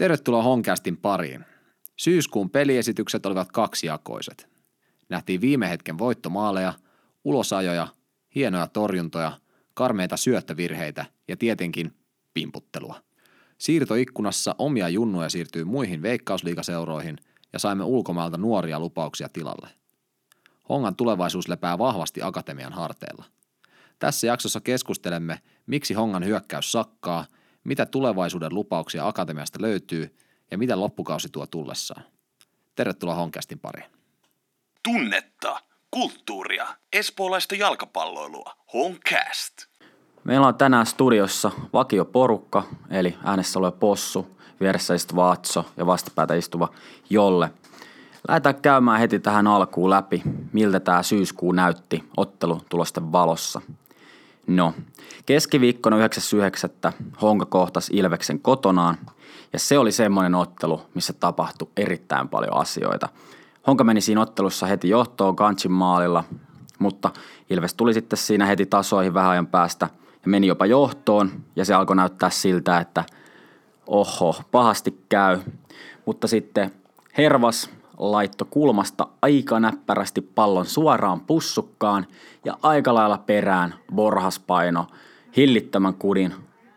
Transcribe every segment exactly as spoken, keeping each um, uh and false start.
Tervetuloa Honcastin pariin. Syyskuun peliesitykset olivat kaksijakoiset. Nähtiin viime hetken voittomaaleja, ulosajoja, hienoja torjuntoja, karmeita syöttövirheitä ja tietenkin pimputtelua. Siirtoikkunassa omia junnuja siirtyi muihin veikkausliigaseuroihin ja saimme ulkomailta nuoria lupauksia tilalle. Hongan tulevaisuus lepää vahvasti akatemian harteilla. Tässä jaksossa keskustelemme, miksi Hongan hyökkäys sakkaa, mitä tulevaisuuden lupauksia akatemiasta löytyy ja mitä loppukausi tuo tullessaan. Tervetuloa Honcastin pariin. Tunnetta, kulttuuria, espoolaista jalkapalloilua. Honcast. Meillä on tänään studiossa vakioporukka, eli äänessä oleva Possu, vieressä istuva Atso ja vastapäätä istuva Jolle. Lähdetään käymään heti tähän alkuun läpi, miltä tämä syyskuu näytti ottelutulosten valossa. No, keskiviikkona yhdeksäs yhdeksättä Honka kohtasi Ilveksen kotonaan, ja se oli semmoinen ottelu, missä tapahtui erittäin paljon asioita. Honka meni siinä ottelussa heti johtoon Kanchin maalilla, mutta Ilves tuli sitten siinä heti tasoihin vähän ajan päästä ja meni jopa johtoon, ja se alkoi näyttää siltä, että oho, pahasti käy. Mutta sitten Hervas laitto kulmasta aika näppärästi pallon suoraan pussukkaan ja aika lailla perään Borjas paino hillittömän kudin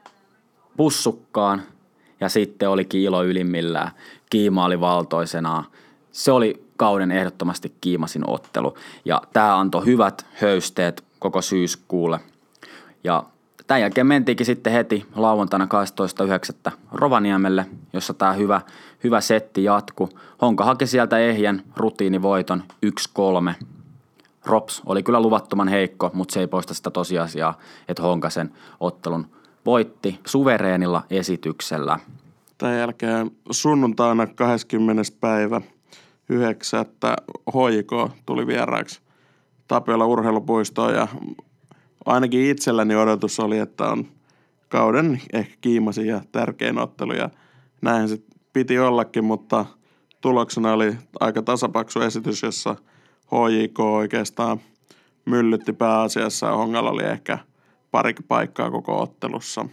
pussukkaan ja sitten olikin ilo ylimmillään. Kiima oli valtoisenaan. Se oli kauden ehdottomasti kiimasin ottelu ja tämä antoi hyvät höysteet koko syyskuulle. Ja tämän jälkeen mentiinkin sitten heti lauantaina kahdestoista yhdeksättä Rovaniemelle, jossa tämä hyvä, hyvä setti jatkui. Honka haki sieltä ehjän rutiinivoiton yksi kolme. Rops oli kyllä luvattoman heikko, mutta se ei poista sitä tosiasiaa, että Honka sen ottelun voitti suvereenilla esityksellä. Tämän jälkeen sunnuntaina kahdeskymmenes päivä yhdeksättä H J K tuli vieraaksi Tapiola urheilupuistoon ja ainakin itselläni odotus oli, että on kauden ehkä kiimasin ja tärkein ottelu ja näinhän se piti ollakin, mutta tuloksena oli aika tasapaksu esitys, jossa H J K oikeastaan myllytti pääasiassa ja Hongalla oli ehkä pari paikkaa koko ottelussa.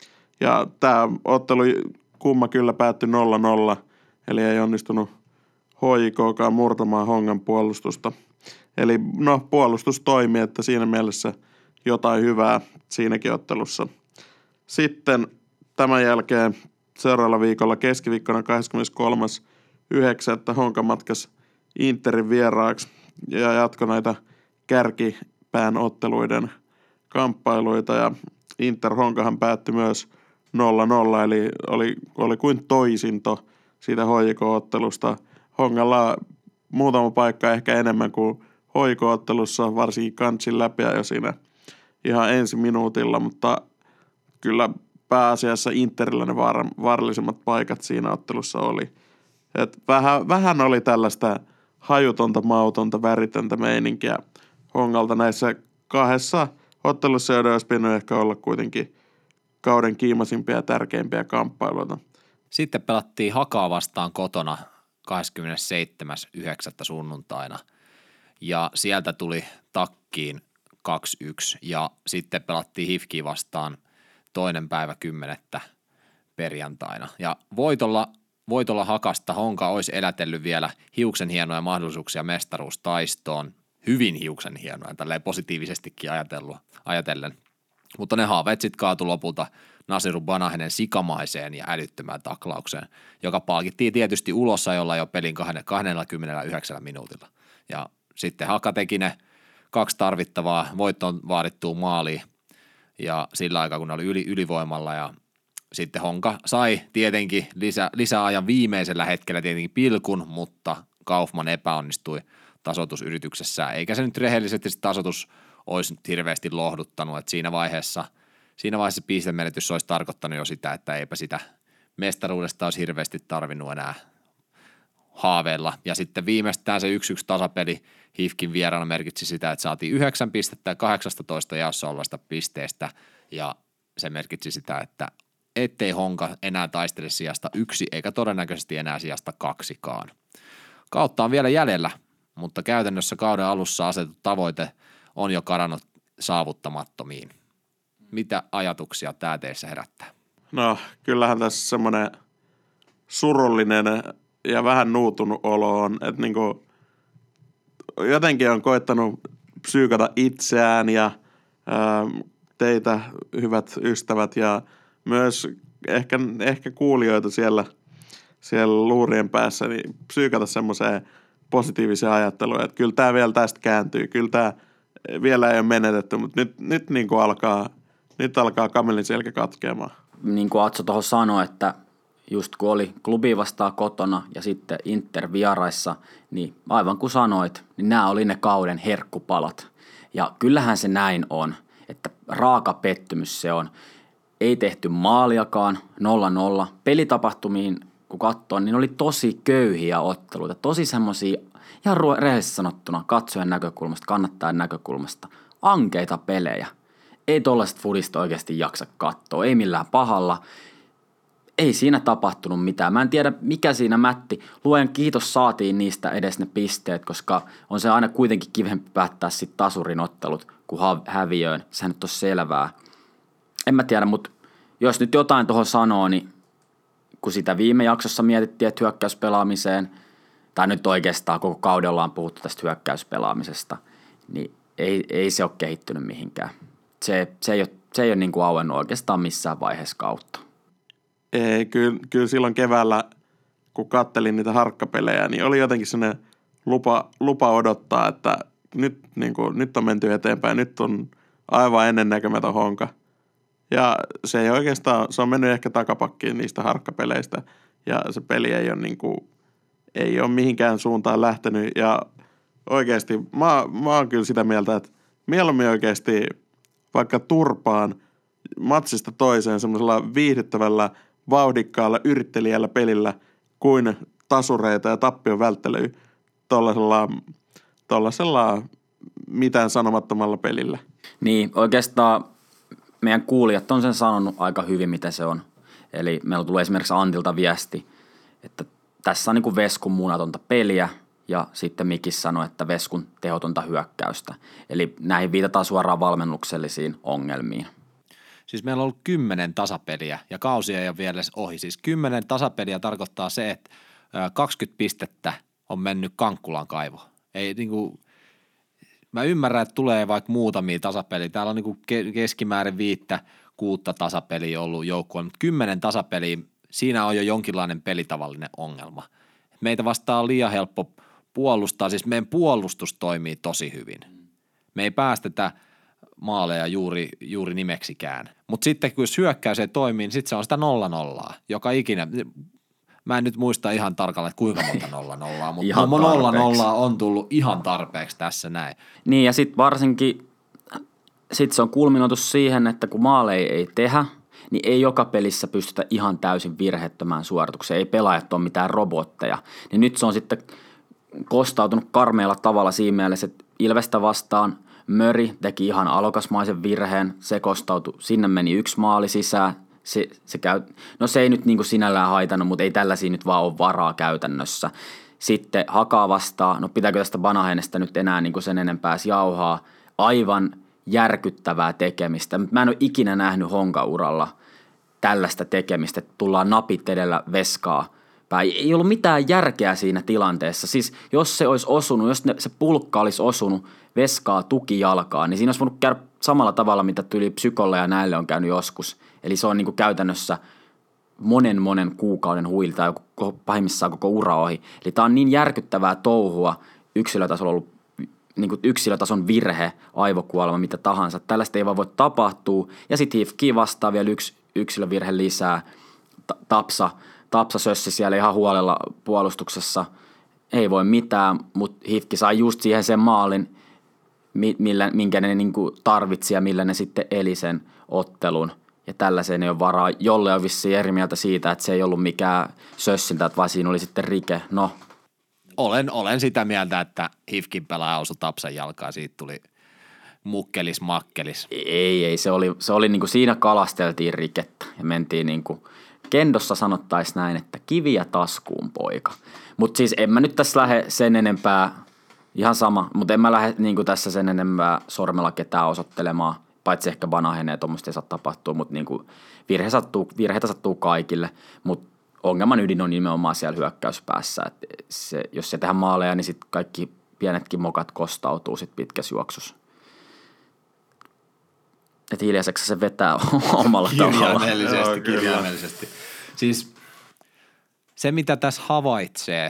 Ja tämä ottelu kumma kyllä päättyi nolla nolla, eli ei onnistunut H J K:kaan murtamaan Hongan puolustusta. Eli no puolustus toimi, että siinä mielessä jotain hyvää siinäkin ottelussa. Sitten tämän jälkeen seuraavalla viikolla keskiviikkona kahdeskymmeneskolmas yhdeksättä Honka matkasi Interin vieraaksi ja jatkoi näitä kärkipään otteluiden kamppailuita ja Inter Honkahan päättyi myös nolla nolla, eli oli, oli kuin toisinto siitä H J K-ottelusta. Hongalla muutama paikka ehkä enemmän kuin H J K-ottelussa, varsinkin Kanchin läpi jo siinä ihan ensi minuutilla, mutta kyllä pääasiassa Interillä ne vaar- vaarallisemmat paikat siinä ottelussa oli. Et vähän, vähän oli tällaista hajutonta, mautonta, väritöntä meininkiä Hongalta näissä kahdessa ottelussa, joiden olisi pitänyt ehkä olla kuitenkin kauden kiimasimpia ja tärkeimpiä kamppailuita. Sitten pelattiin Hakaa vastaan kotona kahdeskymmenesseitsemäs yhdeksättä sunnuntaina ja sieltä tuli takkiin kaksi yksi ja sitten pelattiin H I F K:ää vastaan toinen päivä kymmenettä perjantaina. Ja voitolla, voitolla Hakasta Honka olisi elätellyt vielä hiuksen hienoja mahdollisuuksia mestaruustaistoon, hyvin hiuksen hienoja, tälleen positiivisestikin ajatellen. Mutta ne haaveet sitten kaatui lopulta Nasiru Banahenen sikamaiseen ja älyttömään taklaukseen, joka palkittiin tietysti ulosajolla jo pelin kaksikymmentäyhdeksän minuutilla. Ja sitten Haka teki ne kaksi tarvittavaa voittoon vaadittua maalia ja sillä aikaa, kun ne oli yli, ylivoimalla ja sitten Honka sai tietenkin lisä, lisäajan viimeisellä hetkellä tietenkin pilkun, mutta Kaufman epäonnistui tasoitusyrityksessään, eikä se nyt rehellisesti se tasoitus olisi nyt hirveästi lohduttanut, että siinä vaiheessa, siinä vaiheessa pistemenetys olisi tarkoittanut jo sitä, että eipä sitä mestaruudesta olisi hirveästi tarvinnut enää haaveilla. Ja sitten viimeistään se yksi yksi tasapeli H I F K:n vieraana merkitsi sitä, että saatiin yhdeksän pistettä ja kahdeksantoista jaossa olevasta pisteestä, ja se merkitsi sitä, että ettei Honka enää taistele sijasta yksi, eikä todennäköisesti enää sijasta kaksikaan. Kautta on vielä jäljellä, mutta käytännössä kauden alussa asetettu tavoite on jo karannut saavuttamattomiin. Mitä ajatuksia tämä teissä herättää? No, kyllähän tässä semmoinen surullinen ja vähän nuutunut olo on, että niinku jotenkin on koittanut psyykata itseään ja ää, teitä, hyvät ystävät, ja myös ehkä, ehkä kuulijoita siellä, siellä luurien päässä, niin psyykata semmoiseen positiiviseen ajatteluun, että kyllä tämä vielä tästä kääntyy, kyllä tämä vielä ei ole menetetty, mutta nyt, nyt, niin kuin alkaa, nyt alkaa kamelin selkä katkeamaan. Niin kuin Atso tuohon sanoi, että just kun oli klubi vastaan kotona ja sitten Inter vieraissa, niin aivan kuin sanoit, niin nämä oli ne kauden herkkupalat. Ja kyllähän se näin on, että raaka pettymys se on. Ei tehty maaliakaan, nolla nolla. Pelitapahtumiin kun katsoo, niin oli tosi köyhiä otteluita, tosi semmoisia, ihan rehellisesti sanottuna, katsojan näkökulmasta, kannattajan näkökulmasta, ankeita pelejä. Ei tollaista fudista oikeasti jaksa katsoa, ei millään pahalla. Ei siinä tapahtunut mitään. Mä en tiedä, mikä siinä mätti. Luen kiitos saatiin niistä edes ne pisteet, koska on se aina kuitenkin kivempi päättää sit tasurin ottelut kuin häviöön. Sehän nyt on selvää. En mä tiedä, mutta jos nyt jotain tuohon sanoo, niin kun sitä viime jaksossa mietittiin, että hyökkäyspelaamiseen, tai nyt oikeastaan koko kaudella on puhuttu tästä hyökkäyspelaamisesta, niin ei, ei se ole kehittynyt mihinkään. Se, se ei ole, se ei ole niin kuin auennut oikeastaan missään vaiheessa kautta. Ei, kyllä, kyllä silloin keväällä, kun kattelin niitä harkkapelejä, niin oli jotenkin sellainen lupa, lupa odottaa, että nyt, niin kuin, nyt on menty eteenpäin, nyt on aivan ennennäkemätön honka. Ja se ei oikeastaan, se on mennyt ehkä takapakkiin niistä harkkapeleistä, ja se peli ei ole, niin kuin, ei ole mihinkään suuntaan lähtenyt, ja oikeasti mä, mä oon kyllä sitä mieltä, että mieluummin oikeasti vaikka turpaan matsista toiseen semmoisella viihdyttävällä, vauhdikkaalla, yrittelijällä pelillä kuin tasureita ja tappion välttelyä tollasella, tollasella mitään sanomattomalla pelillä. Niin, oikeastaan meidän kuulijat on sen sanonut aika hyvin, miten se on. Eli meillä tulee esimerkiksi Antilta viesti, että tässä on niin kuin Veskun munatonta peliä, ja sitten Mikis sanoi, että Veskun tehotonta hyökkäystä. Eli näihin viitataan suoraan valmennuksellisiin ongelmiin. Siis meillä on ollut kymmenen tasapeliä ja kausi ei ole vielä ohi. Siis kymmenen tasapeliä tarkoittaa se, että kaksikymmentä pistettä on mennyt Kankkulan kaivo. Ei niinku, mä ymmärrän, että tulee vaikka muutamia tasapeliä. Täällä on niinku keskimäärin viittä, kuutta tasapeliä ollut joukkueella, mutta kymmenen tasapeliä, siinä on jo jonkinlainen pelitavallinen ongelma. Meitä vastaan on liian helppo puolustaa, siis meidän puolustus toimii tosi hyvin. Me ei päästetä maaleja juuri, juuri nimeksikään. Mutta sitten kun hyökkäys ei toimi, niin sitten se on sitä nolla nollaa, joka ikinä, mä en nyt muista ihan tarkalleen, että kuinka monta nolla nollaa, mutta nolla nollaa on tullut ihan tarpeeksi tässä näin. Niin ja sitten varsinkin, sitten se on kulminoitu siihen, että kun maaleja ei tehdä, niin ei joka pelissä pystytä ihan täysin virheettömään suoritukseen, ei pelaajat ole mitään robotteja. Niin nyt se on sitten kostautunut karmealla tavalla siinä mielessä, että Ilvestä vastaan Möri teki ihan alokasmaisen virheen, se kostautui, sinne meni yksi maali sisään, se, se käy, no se ei nyt niin kuin sinällään haitannut, mutta ei tällaisia nyt vaan ole varaa käytännössä. Sitten Hakaa vastaan, no pitääkö tästä Banahenestä nyt enää niin kuin sen enempää jauhaa, aivan järkyttävää tekemistä. Mä en ole ikinä nähnyt Honka-uralla tällaista tekemistä, että tullaan napit edellä Veskaa päin. Ei ollut mitään järkeä siinä tilanteessa. Siis jos se olisi osunut, jos ne, se pulkka olisi osunut Veskaa tukijalkaan, niin siinä olisi voinut käydä samalla tavalla, mitä tuli psykolle ja näille on käynyt joskus. Eli se on niin kuin käytännössä monen monen kuukauden huilta ja pahimmissaan koko ura ohi. Eli tämä on niin järkyttävää touhua, yksilötasolla ollut niin kuin yksilötason virhe, aivokuolema, mitä tahansa. Tällaista ei vaan voi tapahtua. Ja sitten Hifki vastaa vielä yksi yksilövirhe lisää. Tapsa, Tapsa sössi siellä ihan huolella puolustuksessa. Ei voi mitään, mutta Hifki sai just siihen sen maalin, millä, minkä ne niin kuin tarvitsi ja millä ne sitten eli sen ottelun. Ja tällaiseen ei ole varaa. Jolle on vissiin eri mieltä siitä, että se ei ollut mikään sössintä, vaan siinä oli sitten rike. No. Olen, olen sitä mieltä, että Hifkin pelaaja osui Tapsan jalkaan, siitä tuli mukkelis makkelis. Ei, ei, se oli, se oli niin kuin siinä kalasteltiin rikettä ja mentiin niin kuin, kendossa sanottaisiin näin, että kiviä taskuun poika. Mutta siis en mä nyt tässä lähde sen enempää, ihan sama, mutta en mä lähde niin kuin tässä sen enempää sormella ketään osoittelemaan, paitsi ehkä Banaheneen, tuommoista ei saa tapahtua, mutta niin kuin virhe sattuu, virheitä sattuu kaikille, mutta ongelman ydin on nimenomaan siellä hyökkäyspäässä. Et se, jos se tehdään maaleja, niin sitten kaikki pienetkin mokat kostautuu sit pitkässä juoksussa. Että hiljaiseksi se vetää omalla tavalla. Kirjaimellisesti, kirjaimellisesti. Siis se, mitä tässä havaitsee,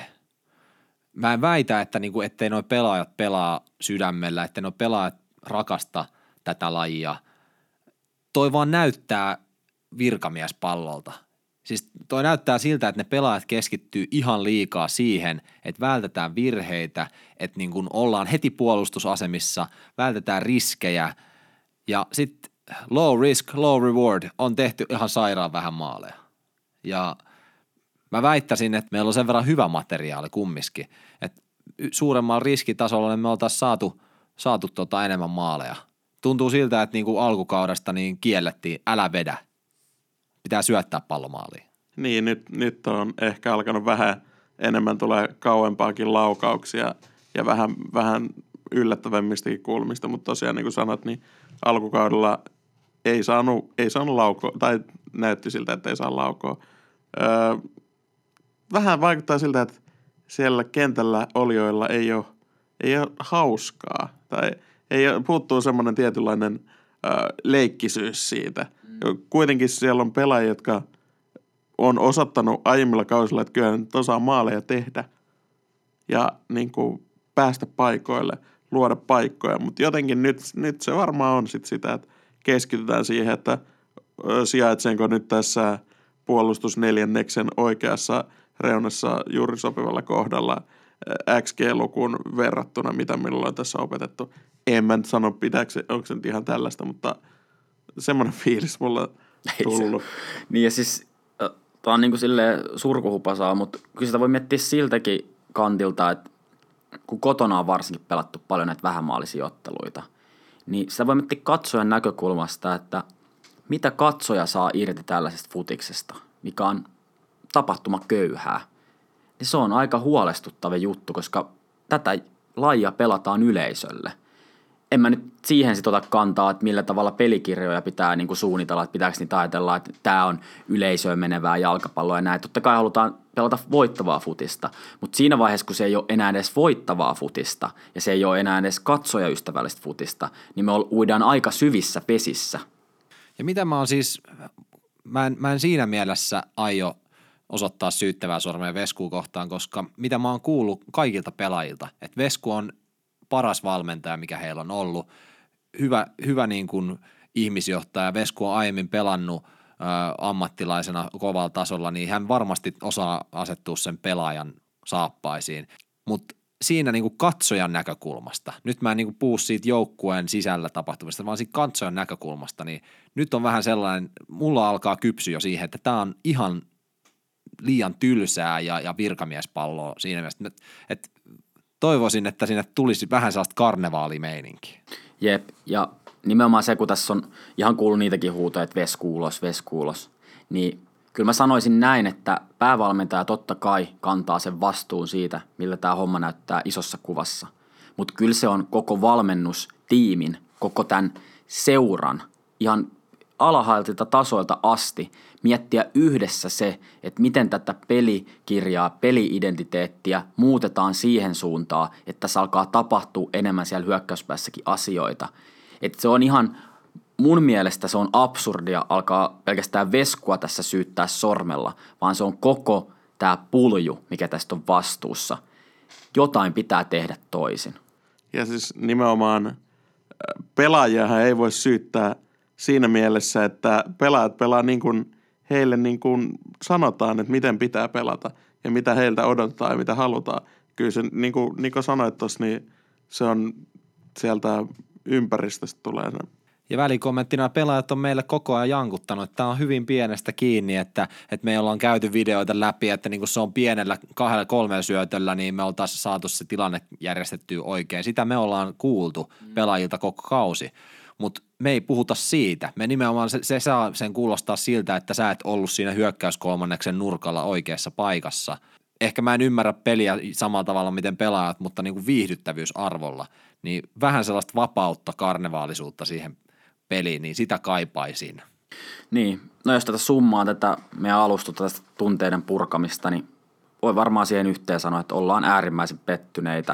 mä en väitä, että niinku, ettei nuo pelaajat pelaa sydämellä, ettei nuo pelaajat rakasta tätä lajia. Toi vaan näyttää virkamiespallolta. Siis toi näyttää siltä, että ne pelaajat keskittyy ihan liikaa siihen, että vältetään virheitä, että niin kun ollaan heti puolustusasemissa, vältetään riskejä ja sitten low risk, low reward on tehty ihan sairaan vähän maaleja. Ja mä väittäisin, että meillä on sen verran hyvä materiaali kumminkin, että suuremmalla riskitasolla me oltaisiin saatu, saatu tota enemmän maaleja. Tuntuu siltä, että niin kuin alkukaudesta niin kiellettiin, älä vedä. Pitää syöttää pallomaaliin. Niin, nyt, nyt on ehkä alkanut vähän enemmän tulee kauempaakin laukauksia ja vähän, vähän yllättävämmistäkin kulmista, mutta tosiaan niin kuin sanot, niin alkukaudella ei saanut, ei saanut laukoa, tai näytti siltä, että ei saa laukoa. Öö, vähän vaikuttaa siltä, että siellä kentällä olijoilla ei ole, ei ole hauskaa, tai ei ole, puuttuu semmoinen tietynlainen öö, leikkisyys siitä. Mm. Kuitenkin siellä on pelaajia, jotka on osoittanut aiemmilla kausilla, että kyllä nyt osaa maaleja tehdä ja niin kuin päästä paikoille, luoda paikkoja, mutta jotenkin nyt, nyt se varmaan on sit sitä, että keskitytään siihen, että sijaitsenko nyt tässä puolustusneljänneksen oikeassa reunassa juuri sopivalla kohdalla X G-lukuun verrattuna, mitä minulla on tässä opetettu. En mä nyt sano, pitääkö se, onko se nyt ihan tällaista, mutta semmoinen fiilis mulla on tullut. Niin ja siis tämä on niin kuin silleen surkuhupasaa, mutta kyllä sitä voi miettiä siltäkin kantilta, että kun kotona on varsinkin pelattu paljon näitä vähämaalisia otteluita, niin sitä voi miettiä katsojan näkökulmasta, että mitä katsoja saa irti tällaisesta futiksesta, mikä on tapahtumaköyhää. Niin se on aika huolestuttava juttu, koska tätä lajia pelataan yleisölle. En mä nyt siihen sit ota kantaa, että millä tavalla pelikirjoja pitää niinku suunnitella, että pitääkö niitä ajatella, että tämä on yleisöön menevää jalkapalloa ja näin. Totta kai halutaan pelata voittavaa futista, mutta siinä vaiheessa, kun se ei ole enää edes voittavaa futista ja se ei ole enää edes katsojaystävällistä futista, niin me uidaan aika syvissä pesissä. Ja mitä mä oon siis, mä en, mä en siinä mielessä aio osoittaa syyttävää sormea Veskuun kohtaan, koska mitä mä oon kuullut kaikilta pelaajilta, että Vesku on paras valmentaja, mikä heillä on ollut. Hyvä, hyvä niin kuin ihmisjohtaja. Vesku on aiemmin pelannut ä, ammattilaisena kovalla tasolla, niin hän varmasti osaa asettua sen pelaajan saappaisiin. Mutta siinä niin kuin katsojan näkökulmasta, nyt mä en niin kuin puhu siitä joukkueen sisällä tapahtuvasta, vaan siitä katsojan näkökulmasta, niin nyt on vähän sellainen, mulla alkaa kypsy jo siihen, että tämä on ihan liian tylsää ja, ja virkamiespalloa siinä mielessä, että, että toivoisin, että sinne tulisi vähän sellaista karnevaalimeininkiä. Jep, ja nimenomaan se, kun tässä on ihan kuullut niitäkin huutoja, että veskuulos, veskuulos, niin kyllä mä sanoisin näin, että päävalmentaja totta kai kantaa sen vastuun siitä, millä tämä homma näyttää isossa kuvassa. Mutta kyllä se on koko valmennustiimin, koko tämän seuran, ihan alhailta tasoilta asti miettiä yhdessä se, että miten tätä pelikirjaa, peli-identiteettiä muutetaan siihen suuntaan, että tässä alkaa tapahtua enemmän siellä hyökkäyspäässäkin asioita. Että se on ihan, mun mielestä se on absurdia alkaa pelkästään Veskua tässä syyttää sormella, vaan se on koko tämä pulju, mikä tästä on vastuussa. Jotain pitää tehdä toisin. Ja siis nimenomaan pelaajiahan ei voi syyttää siinä mielessä, että pelaajat pelaa niin kuin heille niin kuin sanotaan, että miten pitää pelata ja mitä heiltä odotetaan ja mitä halutaan. Kyllä se, niin kuin Niko sanoit tuossa, niin se on sieltä ympäristöstä tulee se. Ja välikommenttina pelaajat on meille koko ajan jankuttanut, että tämä on hyvin pienestä kiinni, että, että me ollaan käyty videoita läpi, että niin kuin se on pienellä kahdella kolmella syötöllä, niin me oltaisiin saatu se tilanne järjestettyä oikein. Sitä me ollaan kuultu pelaajilta koko kausi. Mutta me ei puhuta siitä. Me nimenomaan, se, se saa sen kuulostaa siltä, että sä et ollut siinä hyökkäyskolmanneksen nurkalla oikeassa paikassa. Ehkä mä en ymmärrä peliä samalla tavalla, miten pelaajat, mutta niin kuin viihdyttävyysarvolla, niin vähän sellaista vapautta, karnevaalisuutta siihen peliin, niin sitä kaipaisin. Niin, no jos tätä summaa tätä meidän alustusta tästä tunteiden purkamista, niin voi varmaan siihen yhteen sanoa, että ollaan äärimmäisen pettyneitä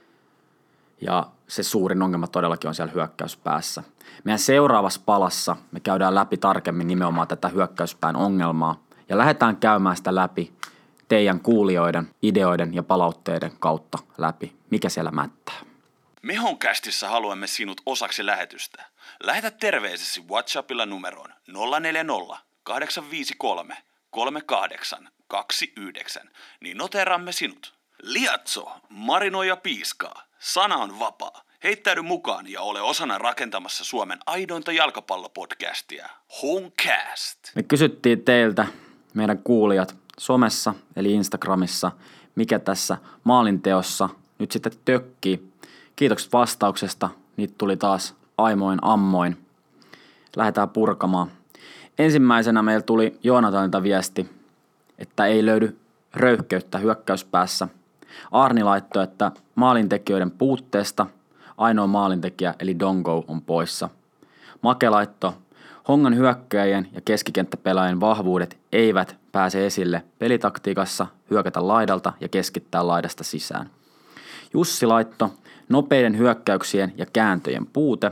ja se suurin ongelma todellakin on siellä hyökkäyspäässä. Meidän seuraavassa palassa me käydään läpi tarkemmin nimenomaan tätä hyökkäyspään ongelmaa ja lähdetään käymään sitä läpi teidän kuulijoiden, ideoiden ja palautteiden kautta läpi, mikä siellä mättää. Me Honcastissa haluamme sinut osaksi lähetystä. Lähetä terveisesi WhatsAppilla numeroon nolla neljä nolla, kahdeksan viisi kolme, kolme kahdeksan, kaksi yhdeksän, niin noteeramme sinut. Liatso, marinoi ja piiskaa. Sana on vapaa. Heittäydy mukaan ja ole osana rakentamassa Suomen aidointa jalkapallopodcastia. Honcast. Me kysyttiin teiltä, meidän kuulijat, somessa eli Instagramissa, mikä tässä maalinteossa nyt sitten tökkii. Kiitokset vastauksesta. Niitä tuli taas aimoin ammoin. Lähdetään purkamaan. Ensimmäisenä meillä tuli Joonatanilta viesti, että ei löydy röyhkeyttä hyökkäyspäässä. Arni laittoi, että maalintekijöiden puutteesta ainoa maalintekijä eli Dongo on poissa. Make laittoi, Hongan hyökkäjien ja keskikenttäpelaajien vahvuudet eivät pääse esille pelitaktiikassa hyökätä laidalta ja keskittää laidasta sisään. Jussi laittoi, nopeiden hyökkäyksien ja kääntöjen puute.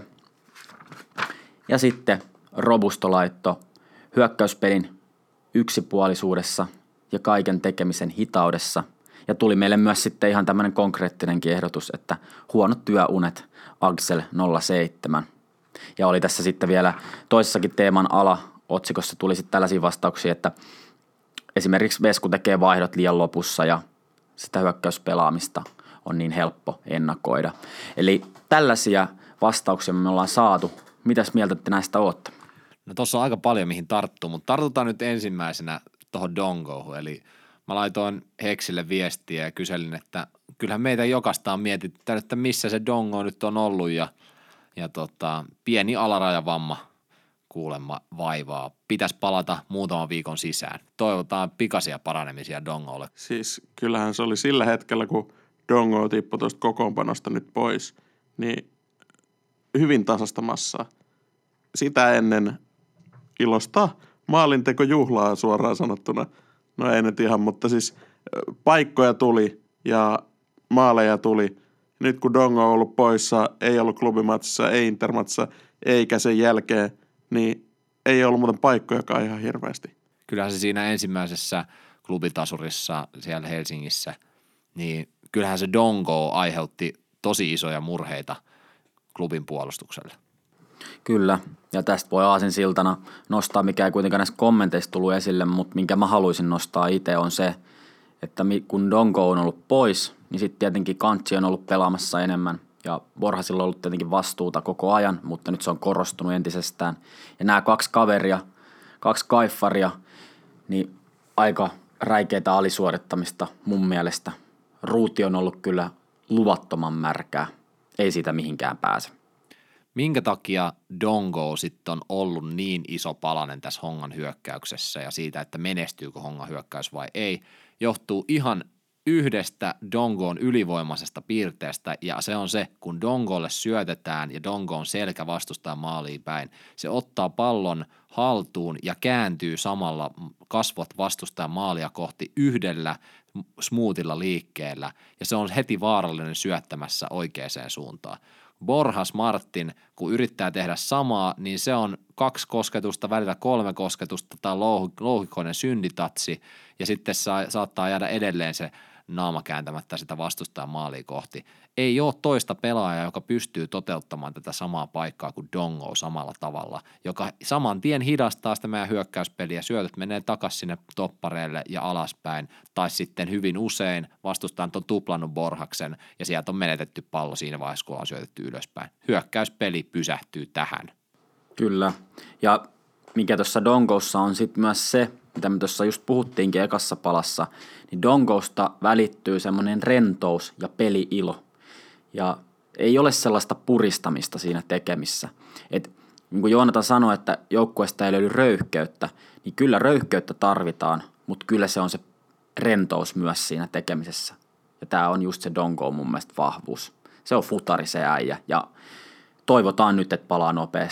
Ja sitten Robusto laittoi, hyökkäyspelin yksipuolisuudessa ja kaiken tekemisen hitaudessa. Ja tuli meille myös sitten ihan tämmöinen konkreettinenkin ehdotus, että huonot työunet Axel nolla seitsemän. Ja oli tässä sitten vielä toisessakin teeman ala-otsikossa tuli sitten tällaisia vastauksia, että esimerkiksi Vesku tekee vaihdot liian lopussa ja sitä hyökkäyspelaamista on niin helppo ennakoida. Eli tällaisia vastauksia me ollaan saatu. Mitäs mieltä te näistä ootte? No tossa on aika paljon mihin tarttuu, mutta tartutaan nyt ensimmäisenä tuohon Dongoon. Eli mä laitoin Heksille viestiä ja kyselin, että kyllähän meitä jokaista on mietitty, että missä se Dongo nyt on ollut ja, ja tota, pieni alarajavamma kuulemma vaivaa. Pitäisi palata muutaman viikon sisään. Toivotaan pikaisia paranemisia Dongolle. Siis kyllähän se oli sillä hetkellä, kun Dongo tippui tuosta kokoonpanosta nyt pois, niin hyvin tasasta massaa. Sitä ennen ilosta maalintekojuhlaa suoraan sanottuna. No ei nyt ihan, mutta siis paikkoja tuli ja maaleja tuli. Nyt kun Dongo on ollut poissa, ei ollut klubimatsissa, ei intermatsissa, eikä sen jälkeen, niin ei ollut muuten paikkojakaan ihan hirveästi. Kyllähän se siinä ensimmäisessä klubitasurissa siellä Helsingissä, niin kyllähän se Dongo aiheutti tosi isoja murheita klubin puolustukselle. Kyllä, ja tästä voi aasinsiltana nostaa, mikä ei kuitenkaan näissä kommenteissa tullut esille, mutta minkä mä haluaisin nostaa itse on se, että kun Dongo on ollut pois, niin sitten tietenkin Kantsi on ollut pelaamassa enemmän ja Borhasilla on ollut tietenkin vastuuta koko ajan, mutta nyt se on korostunut entisestään. Ja nämä kaksi kaveria, kaksi kaiffaria, niin aika räikeitä alisuorittamista mun mielestä. Ruuti on ollut kyllä luvattoman märkää, ei siitä mihinkään pääse. Minkä takia Dongo sitten on ollut niin iso palanen tässä Hongan hyökkäyksessä ja siitä, että menestyykö Hongan hyökkäys vai ei, johtuu ihan yhdestä Dongoon ylivoimaisesta piirteestä ja se on se, kun Dongolle syötetään ja Dongo on selkä vastustaa maaliin päin. Se ottaa pallon haltuun ja kääntyy samalla kasvot vastustaa maalia kohti yhdellä smoothilla liikkeellä ja se on heti vaarallinen syöttämässä oikeaan suuntaan. Borjas Martin, kun yrittää tehdä samaa, niin se on kaksi kosketusta, välillä kolme kosketusta tai louhikoinen synditatsi ja sitten saa, saattaa jäädä edelleen se naama kääntämättä sitä vastustajan maalia kohti. Ei ole toista pelaajaa, joka pystyy toteuttamaan tätä samaa paikkaa kuin Dongo samalla tavalla, joka saman tien hidastaa sitä meidän hyökkäyspeliä, syötöt menee takaisin sinne toppareille ja alaspäin, tai sitten hyvin usein vastustajan on tuplannut Borhaksen ja sieltä on menetetty pallo siinä vaiheessa, kun on syötetty ylöspäin. Hyökkäyspeli pysähtyy tähän. Kyllä, ja mikä tuossa Dongossa on sitten myös se, mitä me tuossa just puhuttiinkin ekassa palassa, niin Dongosta välittyy semmoinen rentous ja peli-ilo. Ja ei ole sellaista puristamista siinä tekemissä. Et niin kuin Joonatan sanoi, että joukkueesta ei löydy röyhkeyttä, niin kyllä röyhkeyttä tarvitaan, mutta kyllä se on se rentous myös siinä tekemisessä. Ja tämä on just se Dongo mun mielestä vahvuus. Se on futari se äijä ja toivotaan nyt, että palaa nopeasti.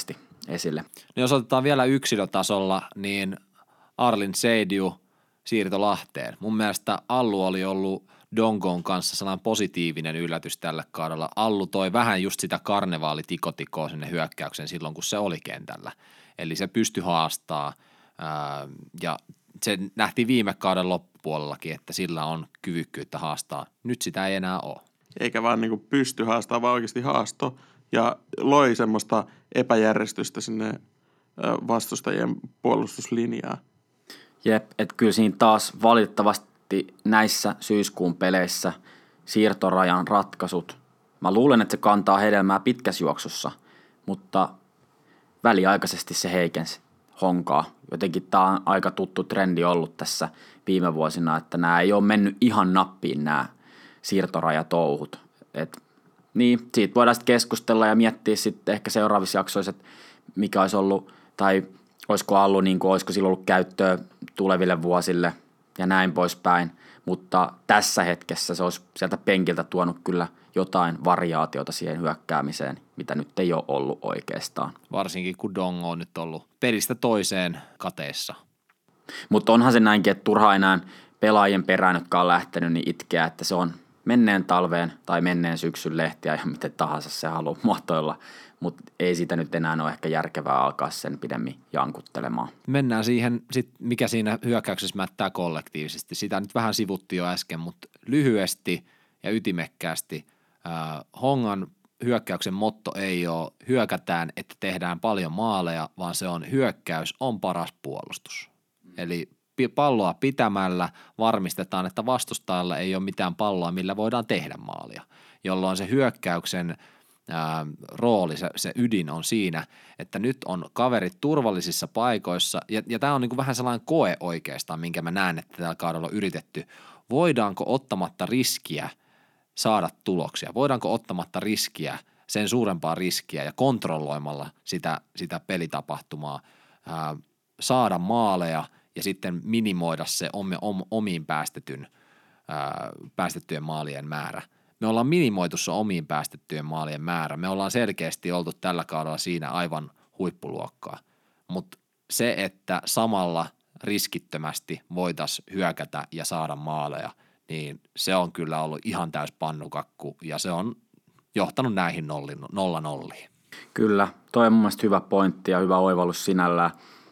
esille. No jos otetaan vielä yksilötasolla, niin Arlin Seidiu siirto Lahteen. Mun mielestä Allu oli ollut Dongon kanssa sellainen positiivinen yllätys tällä kaudella. Allu toi vähän just sitä karnevaalitikotikoa sinne hyökkäyksen silloin, kun se oli kentällä. Eli se pystyi haastaa ää, ja se nähtiin viime kauden loppupuolellakin, että sillä on kyvykkyyttä haastaa. Nyt sitä ei enää ole. Eikä vaan niinku pysty haastamaan, vaan oikeasti haasto ja loi semmoista epäjärjestystä sinne vastustajien puolustuslinjaa. Jep, että kyllä siinä taas valitettavasti näissä syyskuun peleissä siirtorajan ratkaisut, mä luulen, että se kantaa hedelmää pitkässä juoksussa, mutta väliaikaisesti se heikensi Honkaa. Jotenkin tämä on aika tuttu trendi ollut tässä viime vuosina, että nämä ei ole mennyt ihan nappiin nämä siirtorajatouhut. Et, niin, siitä voidaan sitten keskustella ja miettiä sitten ehkä seuraavissa jaksoissa, että mikä olisi ollut, tai olisiko Allu, niin kuin, olisiko sillä ollut käyttöä tuleville vuosille ja näin poispäin, mutta tässä hetkessä se olisi sieltä penkiltä tuonut kyllä jotain variaatiota siihen hyökkäämiseen, mitä nyt ei ole ollut oikeastaan. Varsinkin kun Dongo on nyt ollut pelistä toiseen kateessa. Mutta onhan se näinkin, että turhaa enää pelaajien perään, jotka on lähtenyt, niin itkeä, että se on menneen talveen tai menneen syksyn lehtiä ja miten tahansa se haluaa muotoilla, mutta ei siitä nyt enää ole ehkä järkevää alkaa sen pidemmin jankuttelemaan. Mennään siihen, sit mikä siinä hyökkäyksessä mättää kollektiivisesti. Sitä nyt vähän sivuttiin jo äsken, mutta lyhyesti ja ytimekkäästi äh, Hongan hyökkäyksen motto ei ole hyökätään, että tehdään paljon maaleja, vaan se on hyökkäys on paras puolustus. Mm. Eli palloa pitämällä varmistetaan, että vastustajalla ei ole mitään palloa, millä voidaan tehdä maalia, jolloin se hyökkäyksen ää, rooli, se, se ydin on siinä, että nyt on kaverit turvallisissa paikoissa ja, ja tämä on niin kuin vähän sellainen koe oikeastaan, minkä mä näen, että tällä kaudella on yritetty. Voidaanko ottamatta riskiä saada tuloksia? Voidaanko ottamatta riskiä, sen suurempaa riskiä ja kontrolloimalla sitä, sitä pelitapahtumaa ää, saada maaleja ja sitten minimoida se omiin päästetyn, ää, päästettyjen maalien määrä. Me ollaan minimoitu se omiin päästettyjen maalien määrä. Me ollaan selkeästi oltu tällä kaudella siinä aivan huippuluokkaa. Mutta se, että samalla riskittömästi voitaisiin hyökätä ja saada maaleja, niin se on kyllä ollut ihan täys pannukakku ja se on johtanut näihin nollin, nolla nolliin. Kyllä, toi on mun mielestä hyvä pointti ja hyvä oivallus sinällään.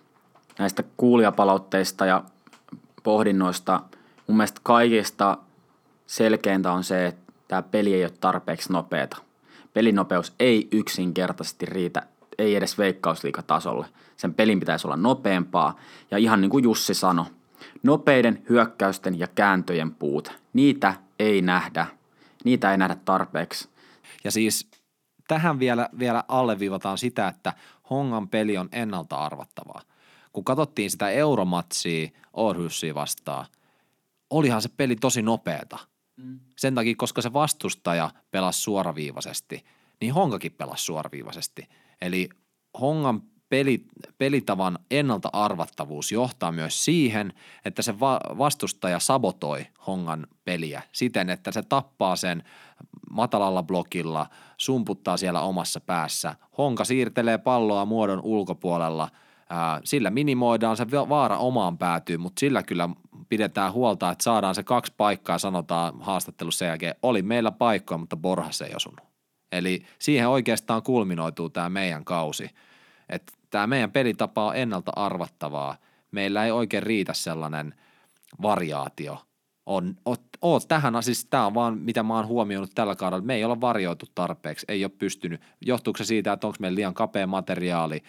Näistä kuulijapalautteista ja pohdinnoista mun mielestä kaikista selkeintä on se, että tämä peli ei ole tarpeeksi nopeata. Pelinopeus ei yksinkertaisesti riitä, ei edes veikkausliigatasolle. Sen pelin pitäisi olla nopeampaa ja ihan niin kuin Jussi sanoi, nopeiden hyökkäysten ja kääntöjen puute, niitä ei nähdä, niitä ei nähdä tarpeeksi. Ja siis tähän vielä, vielä alleviivataan sitä, että Hongan peli on ennalta arvattavaa. Kun katsottiin sitä euromatsia Århusia vastaan, olihan se peli tosi nopeata. Mm. Sen takia, koska se vastustaja pelasi suoraviivaisesti, niin Hongakin pelasi suoraviivaisesti. Eli Hongan peli, pelitavan ennalta arvattavuus johtaa myös siihen, että se va- vastustaja sabotoi Hongan peliä siten, että se tappaa sen matalalla blokilla, sumputtaa siellä omassa päässä. Honka siirtelee palloa muodon ulkopuolella. Sillä minimoidaan se vaara omaan päätyyn, mutta sillä kyllä pidetään huolta, että saadaan se kaksi paikkaa, sanotaan haastattelussa sen jälkeen, oli meillä paikkoja, mutta Borhas ei osunut. Eli siihen oikeastaan kulminoituu tämä meidän kausi, että tämä meidän pelitapa on ennalta arvattavaa. Meillä ei oikein riitä sellainen variaatio. On, on, on tähän, siis tämä on vaan mitä mä oon huomioinut tällä kaudella, me ei olla varioitu tarpeeksi, ei ole pystynyt. Johtuuko se siitä, että onko meillä liian kapea materiaali?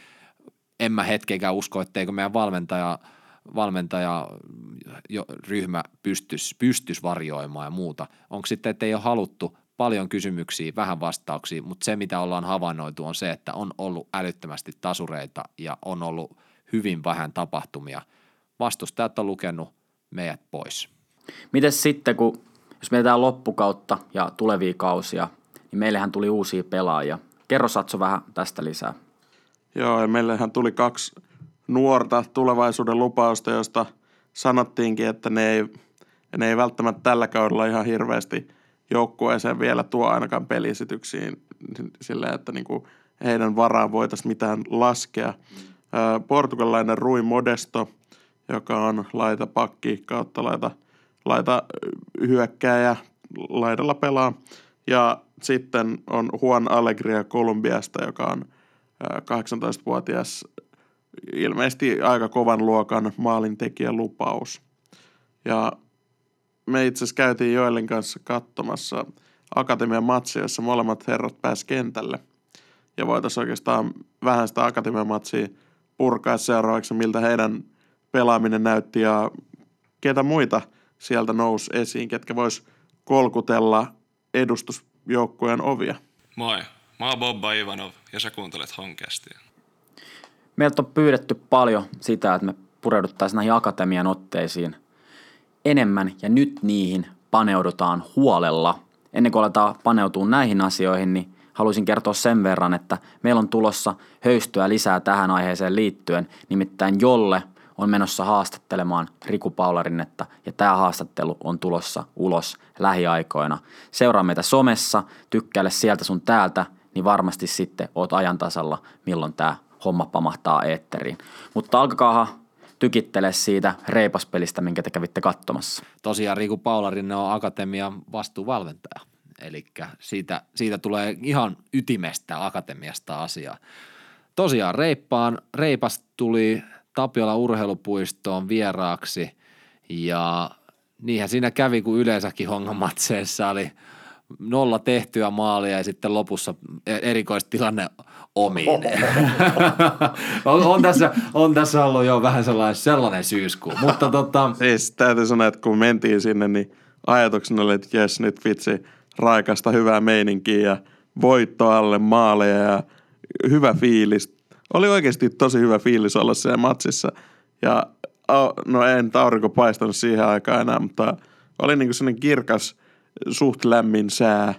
En mä hetkeäkään usko, etteikö meidän valmentaja, valmentaja jo, ryhmä pystyisi pystys varjoimaan ja muuta. Onko sitten, että ei ole haluttu paljon kysymyksiä, vähän vastauksia, mutta se mitä ollaan havainnoitu on se, että on ollut älyttömästi tasureita ja on ollut hyvin vähän tapahtumia. Vastustajat on lukenut meidät pois. Mites sitten, kun jos mietitään loppukautta ja tulevia kausia, niin meillähän tuli uusia pelaajia. Kerro Satso vähän tästä lisää. Joo, ja meillähän tuli kaksi nuorta tulevaisuuden lupausta, josta sanottiinkin, että ne ei, ne ei välttämättä tällä kaudella ihan hirveästi joukkueeseen vielä tuo ainakaan peliesityksiin silleen, että niinku heidän varaan voitaisiin mitään laskea. Portugalilainen Rui Modesto, joka on laita pakki kautta laita, laita hyökkääjä, laidalla pelaa. Ja sitten on Juan Alegria Kolumbiasta, joka on kahdeksantoistavuotias, ilmeisesti aika kovan luokan maalintekijän lupaus. Ja me itse asiassa käytiin Joelin kanssa katsomassa akatemian matsia, jossa molemmat herrat pääsi kentälle. Ja voitaisiin oikeastaan vähän sitä akatemian matsia purkaa seuraavaksi, miltä heidän pelaaminen näytti ja ketä muita sieltä nousi esiin, ketkä vois kolkutella edustusjoukkueen ovia. Moi, mä oon Bobba Ivanov ja sä kuuntelet Honkastia. Meiltä on pyydetty paljon sitä, että me pureuduttaisiin näihin akatemian otteisiin enemmän ja nyt niihin paneudutaan huolella. Ennen kuin aletaan paneutua näihin asioihin, niin haluaisin kertoa sen verran, että meillä on tulossa höystyä lisää tähän aiheeseen liittyen. Nimittäin Jolle on menossa haastattelemaan Riku Paularinnetta ja tämä haastattelu on tulossa ulos lähiaikoina. Seuraa meitä somessa, tykkäile sieltä sun täältä, niin varmasti sitten oot ajan tasalla, milloin tämä homma pamahtaa eetteriin. Mutta alkakaahan tykittele siitä reipaspelistä, minkä te kävitte katsomassa. Tosiaan Riku Paularinne on akatemian vastuuvalmentaja, eli siitä, siitä tulee ihan ytimestä akatemiasta asiaa. Tosiaan reippaan, reipas tuli Tapiola urheilupuistoon vieraaksi ja niinhän siinä kävi, kun yleensäkin Hongan-matseissa oli nolla tehtyä maalia ja sitten lopussa erikoistilanne omiin. on, on, tässä, on tässä ollut jo vähän sellainen, sellainen syyskuu, mutta tota... Siis täytyy sanoa, että kun mentiin sinne, niin ajatuksena oli, että jes nyt vitsi, raikasta hyvää meininkiä ja voitto alle maaleja ja hyvä fiilis. Oli oikeasti tosi hyvä fiilis olla siellä matsissa ja no en aurinko paistanut siihen aikaan enää, mutta oli niinku sellainen kirkas, suht lämmin sää.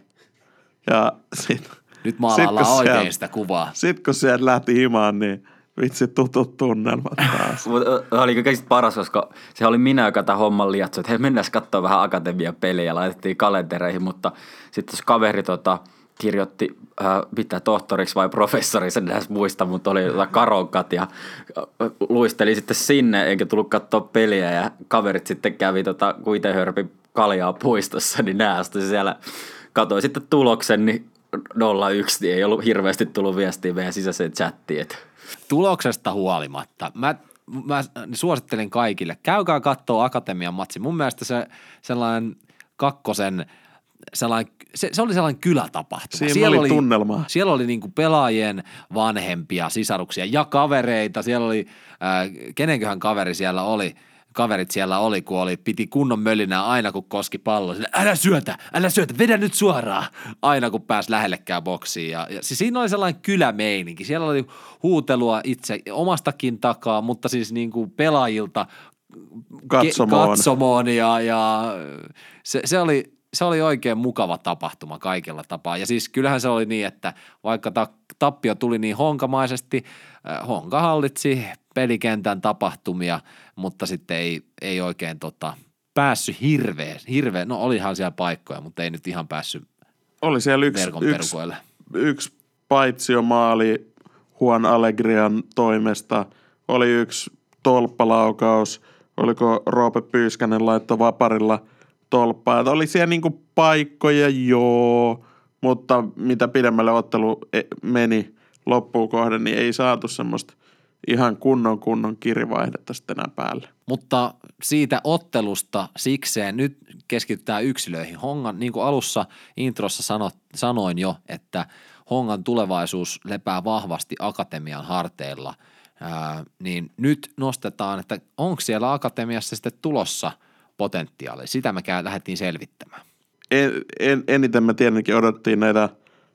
Ja sit, nyt maalaillaan sit, oikein sieltä, sitä kuvaa. Sitten kun sieltä lähti himaan, niin vitsi tutut tunnelmat taas. Oli kaikista paras, koska se oli minä, joka tämän homman liatsoi, että hei mennään katsoa vähän akatemian peliä ja laitettiin kalentereihin, mutta sitten jos kaveri tota, kirjoitti äh, mitä tohtoriksi vai professoriksi, en edes muista, mutta oli karonkat ja äh, luisteli sitten sinne, eikä tullut katsoa peliä ja kaverit sitten kävi tota, kun itse hörpi kaljaa puistossa, niin nää astui siellä, katoi sitten tuloksen, niin nolla yksi, niin ei ollut hirveästi tullut viestiä meidän sisäiseen chattiin. Tuloksesta huolimatta, mä, mä suosittelen kaikille, käykää katsoa akatemian matsi. Mun mielestä se sellainen kakkosen, sellainen, se, se oli sellainen kylätapahtuma. Siinä siellä oli tunnelmaa. Siellä oli niinku pelaajien vanhempia, sisaruksia ja kavereita. Siellä oli, äh, kenenköhän kaveri siellä oli, kaverit siellä oli, kun oli, piti kunnon mölinää aina, kun koski pallo. Sille, älä syötä, älä syötä, vedä nyt suoraan, aina kun pääsi lähellekään boksiin. Ja, ja siis siinä oli sellainen kylämeininki. Siellä oli huutelua itse omastakin takaa, mutta siis niin kuin pelaajilta katsomoon, katsomoon ja, ja se, se, oli, se oli oikein mukava tapahtuma kaikella tapaa. Ja siis kyllähän se oli niin, että vaikka ta, tappio tuli niin honkamaisesti, äh, Honka hallitsi pelikentän tapahtumia, mutta sitten ei, ei oikein tota, päässyt hirveä, hirveä, no olihan siellä paikkoja, mutta ei nyt ihan päässyt oli siellä yksi, verkon yksi, perukoille. Yksi paitsiomaali Juan Alegrian toimesta, oli yksi tolppalaukaus, oliko Roope Pyyskänen laittoi vaparilla tolppaa, että oli siellä niinku paikkoja joo, mutta mitä pidemmälle ottelu meni loppuun kohden, niin ei saatu semmoista ihan kunnon kunnon kirivaihdetta sitten enää päälle. Mutta siitä ottelusta sikseen nyt keskitytään yksilöihin. Hongan, niin kuin alussa introssa sano, sanoin jo, että Hongan tulevaisuus lepää vahvasti akatemian harteilla, ää, niin nyt nostetaan, että onko siellä akatemiassa sitten tulossa potentiaalia. Sitä me lähdettiin selvittämään. En, en, eniten me tietenkin odottiin näitä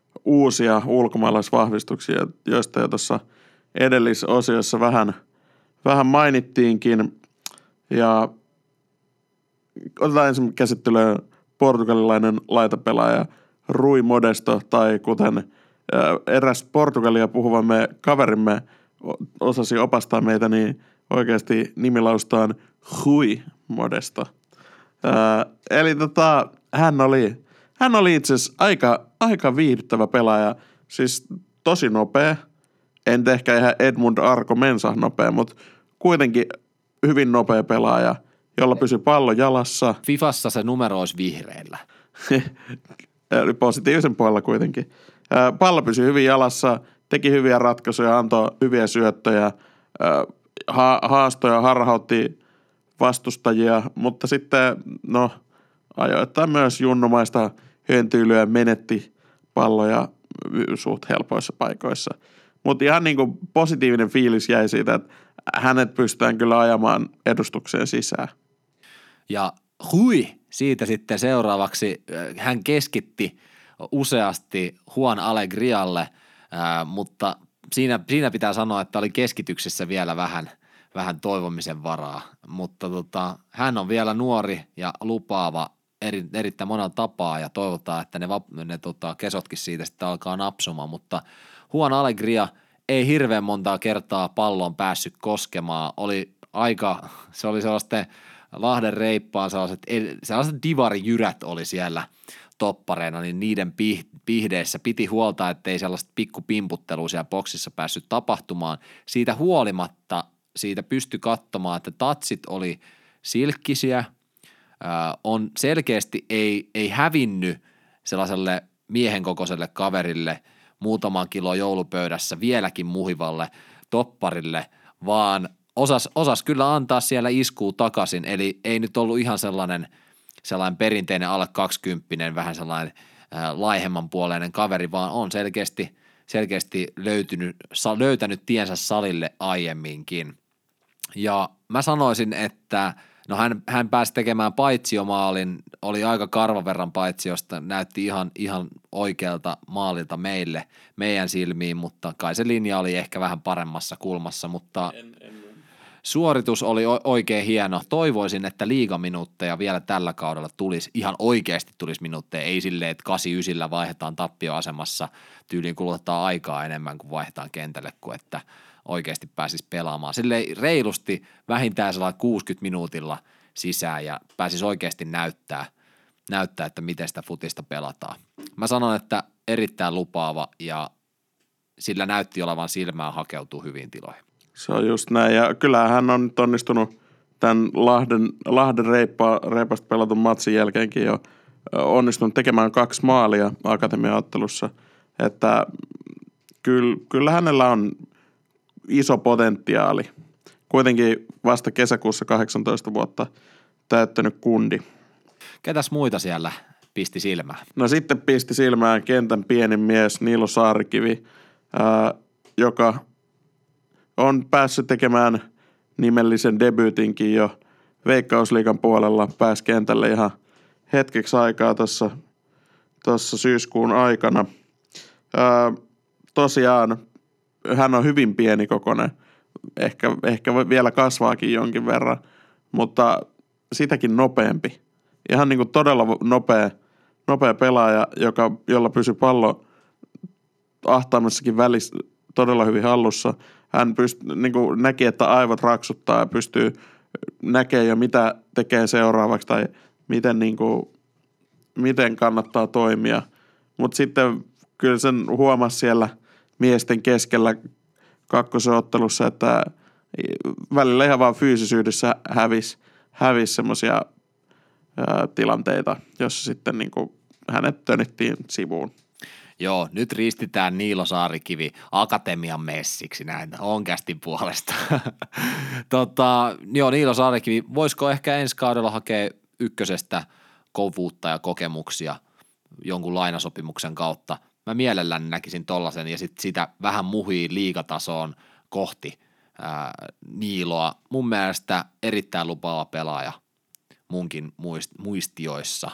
uusia ulkomaalaisvahvistuksia, joista jo tuossa edellisosiossa vähän, vähän mainittiinkin. Ja otetaan ensin käsittelyyn portugalilainen laitapelaaja Rui Modesto, tai kuten eräs Portugalia puhuvamme kaverimme osasi opastaa meitä, niin oikeasti nimilaustaan Rui Modesto. Ää, eli tota, hän oli, hän oli itse asiassa aika, aika viihdyttävä pelaaja. Siis tosi nopea. En ehkä ihan Edmund Arko Mensah nopea, mutta kuitenkin hyvin nopea pelaaja, jolla pysyy pallo jalassa. Fifassa se numero olisi vihreillä. Eli positiivisen puolella kuitenkin. Pallo pysyi hyvin jalassa, teki hyviä ratkaisuja, antoi hyviä syöttöjä, ha- haastoja, harhautti vastustajia, mutta sitten no ajoittain myös junnumaista höntyylyä, menetti palloja suht helpoissa paikoissa. Mutta ihan niin kuin positiivinen fiilis jäi siitä, että hänet pystytään kyllä ajamaan edustukseen sisään. Ja hui, siitä sitten seuraavaksi hän keskitti useasti Juan Alegrialle, ää, mutta siinä, siinä pitää sanoa, että oli keskityksessä vielä vähän, vähän toivomisen varaa. Mutta tota, hän on vielä nuori ja lupaava eri, erittäin monella tapaa ja toivotaan, että ne, ne tota, kesotkin siitä sitten alkaa napsumaan, mutta Juan Alegria ei hirveän montaa kertaa palloon päässyt koskemaan, oli aika, se oli sellaisten Lahden reippaan sellaiset, sellaiset divarijyrät oli siellä toppareina, niin niiden pihdeissä piti huolta, ettei sellaista pikkupimputtelua siellä boksissa päässyt tapahtumaan. Siitä huolimatta siitä pystyi katsomaan, että tatsit oli silkkisiä, on selkeästi ei, ei hävinnyt sellaiselle miehen kokoiselle kaverille muutaman kilo joulupöydässä vieläkin muhivalle topparille, vaan osas, osas kyllä antaa siellä iskuu takaisin, eli ei nyt ollut ihan sellainen, sellainen perinteinen alle kaksikymppinen, vähän sellainen ää, laihemman puoleinen kaveri, vaan on selkeästi, selkeästi löytynyt, sa, löytänyt tiensä salille aiemminkin. Ja mä sanoisin, että no hän, hän pääsi tekemään paitsiomaalin, oli aika karvan verran paitsiosta, näytti ihan, ihan oikealta maalilta meille, meidän silmiin, mutta kai se linja oli ehkä vähän paremmassa kulmassa, mutta en, en. suoritus oli oikein hieno. Toivoisin, että liigaminuutteja vielä tällä kaudella tulisi, ihan oikeasti tulisi minuutteja, ei silleen, että kahdeksankymmentäyhdeksän vaihdetaan tappioasemassa, tyyliin kuluttaa aikaa enemmän kuin vaihdetaan kentälle, kuin että oikeasti pääsisi pelaamaan. Silleen reilusti vähintään sellainen kuusikymmentä minuutilla sisään ja pääsisi oikeasti näyttää, näyttää, että miten sitä futista pelataan. Mä sanon, että erittäin lupaava ja sillä näytti olevan silmään hakeutuu hyviin tiloihin. Se on just näin ja kyllähän hän on nyt onnistunut tämän Lahden, Lahden reippa, reipasta pelatun matsin jälkeenkin jo onnistunut tekemään kaksi maalia akatemiaottelussa, että kyllä, kyllä hänellä on iso potentiaali. Kuitenkin vasta kesäkuussa kahdeksantoista vuotta täyttänyt kundi. Ketäs muita siellä pisti silmään? No sitten pisti silmään kentän pienin mies Niilo Saarikivi, ää, joka on päässyt tekemään nimellisen debyytinkin jo Veikkausliigan puolella. Pääsi kentälle ihan hetkeksi aikaa tuossa tuossa syyskuun aikana. Ää, tosiaan hän on hyvin pienikokoinen, ehkä, ehkä vielä kasvaakin jonkin verran, mutta sitäkin nopeampi. Ihan niin kuin todella nopea, nopea pelaaja, joka, jolla pysyy pallo ahtaamassakin välissä todella hyvin hallussa. Hän pyst, niin kuin näki, että aivot raksuttaa ja pystyy näkemään jo mitä tekee seuraavaksi tai miten, niin kuin, miten kannattaa toimia. Mutta sitten kyllä sen huomasi siellä miesten keskellä kakkosenottelussa, että välillä ihan vaan fyysisyydessä hävisi, hävisi semmoisia tilanteita, jossa sitten niin kuin hänet tönittiin sivuun. Joo, nyt ristitään Niilo Saarikivi akatemian messiksi näin onkästin puolesta. tota, joo, Niilo Saarikivi, voisiko ehkä ensi kaudella hakea ykkösestä kovuutta ja kokemuksia jonkun lainasopimuksen kautta? Mä mielelläni näkisin tollasen ja sitten sitä vähän muhii liigatasoon kohti ää, Niiloa. Mun mielestä erittäin lupaava pelaaja munkin muist- muistioissa.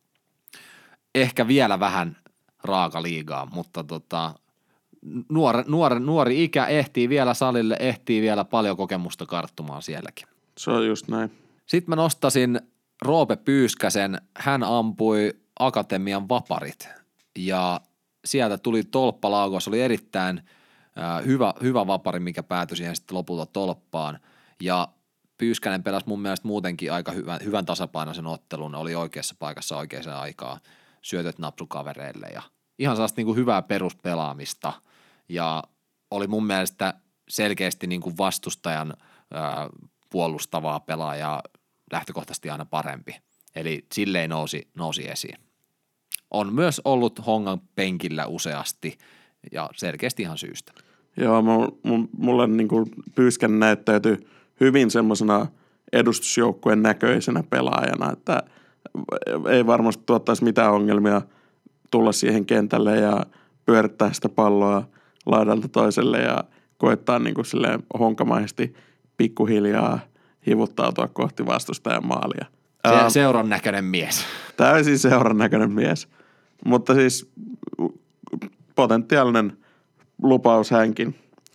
Ehkä vielä vähän raaka liigaa, mutta tota, nuori, nuori, nuori ikä ehtii vielä salille, ehtii vielä paljon kokemusta karttumaan sielläkin. Se on just näin. Sitten mä nostasin Roope Pyyskäsen, hän ampui akatemian vaparit ja sieltä tuli tolppalaukaus, oli erittäin äh, hyvä, hyvä vapari, mikä päätyi siihen sitten lopulta tolppaan ja Pyyskänen pelasi mun mielestä muutenkin aika hyvän, hyvän tasapainoisen ottelun, oli oikeassa paikassa oikeaan aikaan, syötöt napsukavereille ja ihan sellaista niin kuin hyvää peruspelaamista ja oli mun mielestä selkeästi niin kuin vastustajan ää, puolustavaa pelaajaa lähtökohtaisesti aina parempi. Eli silleen nousi, nousi esiin. On myös ollut Hongan penkillä useasti ja selkeästi ihan syystä. Joo, mulle niin kuin Pyyskän näyttäytyi hyvin semmoisena edustusjoukkueen näköisenä pelaajana, että ei varmasti tuottaisi mitään ongelmia tulla siihen kentälle ja pyörittää sitä palloa laidalta toiselle ja koettaa niin kuin silleen honkamaisesti pikkuhiljaa hivuttautua kohti vastustajan maalia. Se, seuran näköinen mies. Täysin seuran näköinen mies, mutta siis potentiaalinen lupaus hänkin.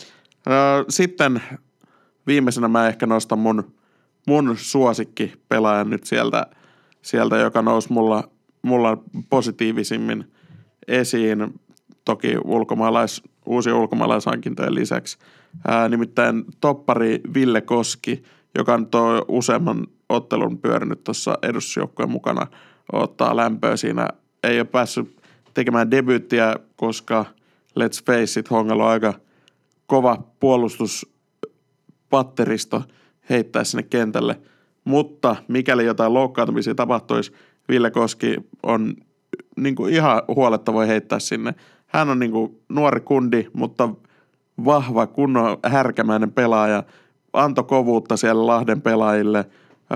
Sitten viimeisenä mä ehkä nostan mun, mun suosikkipelaajan nyt sieltä, sieltä, joka nousi mulla, mulla positiivisimmin esiin, toki ulkomaalais, uusia ulkomaalaishankintojen lisäksi. Ää, nimittäin toppari Ville Koski, joka nyt on useamman ottelun pyörinyt tuossa edustusjoukkueen mukana, ottaa lämpöä siinä. Ei ole päässyt tekemään debyyttiä, koska let's face it, Hongalla on aika kova puolustuspatteristo heittää sinne kentälle. Mutta mikäli jotain loukkaantumisia tapahtuisi, Ville Koski on niin kuin ihan huoletta voi heittää sinne. Hän on niin kuin nuori kundi, mutta vahva, kunnon härkämäinen pelaaja. Antoi kovuutta siellä Lahden pelaajille,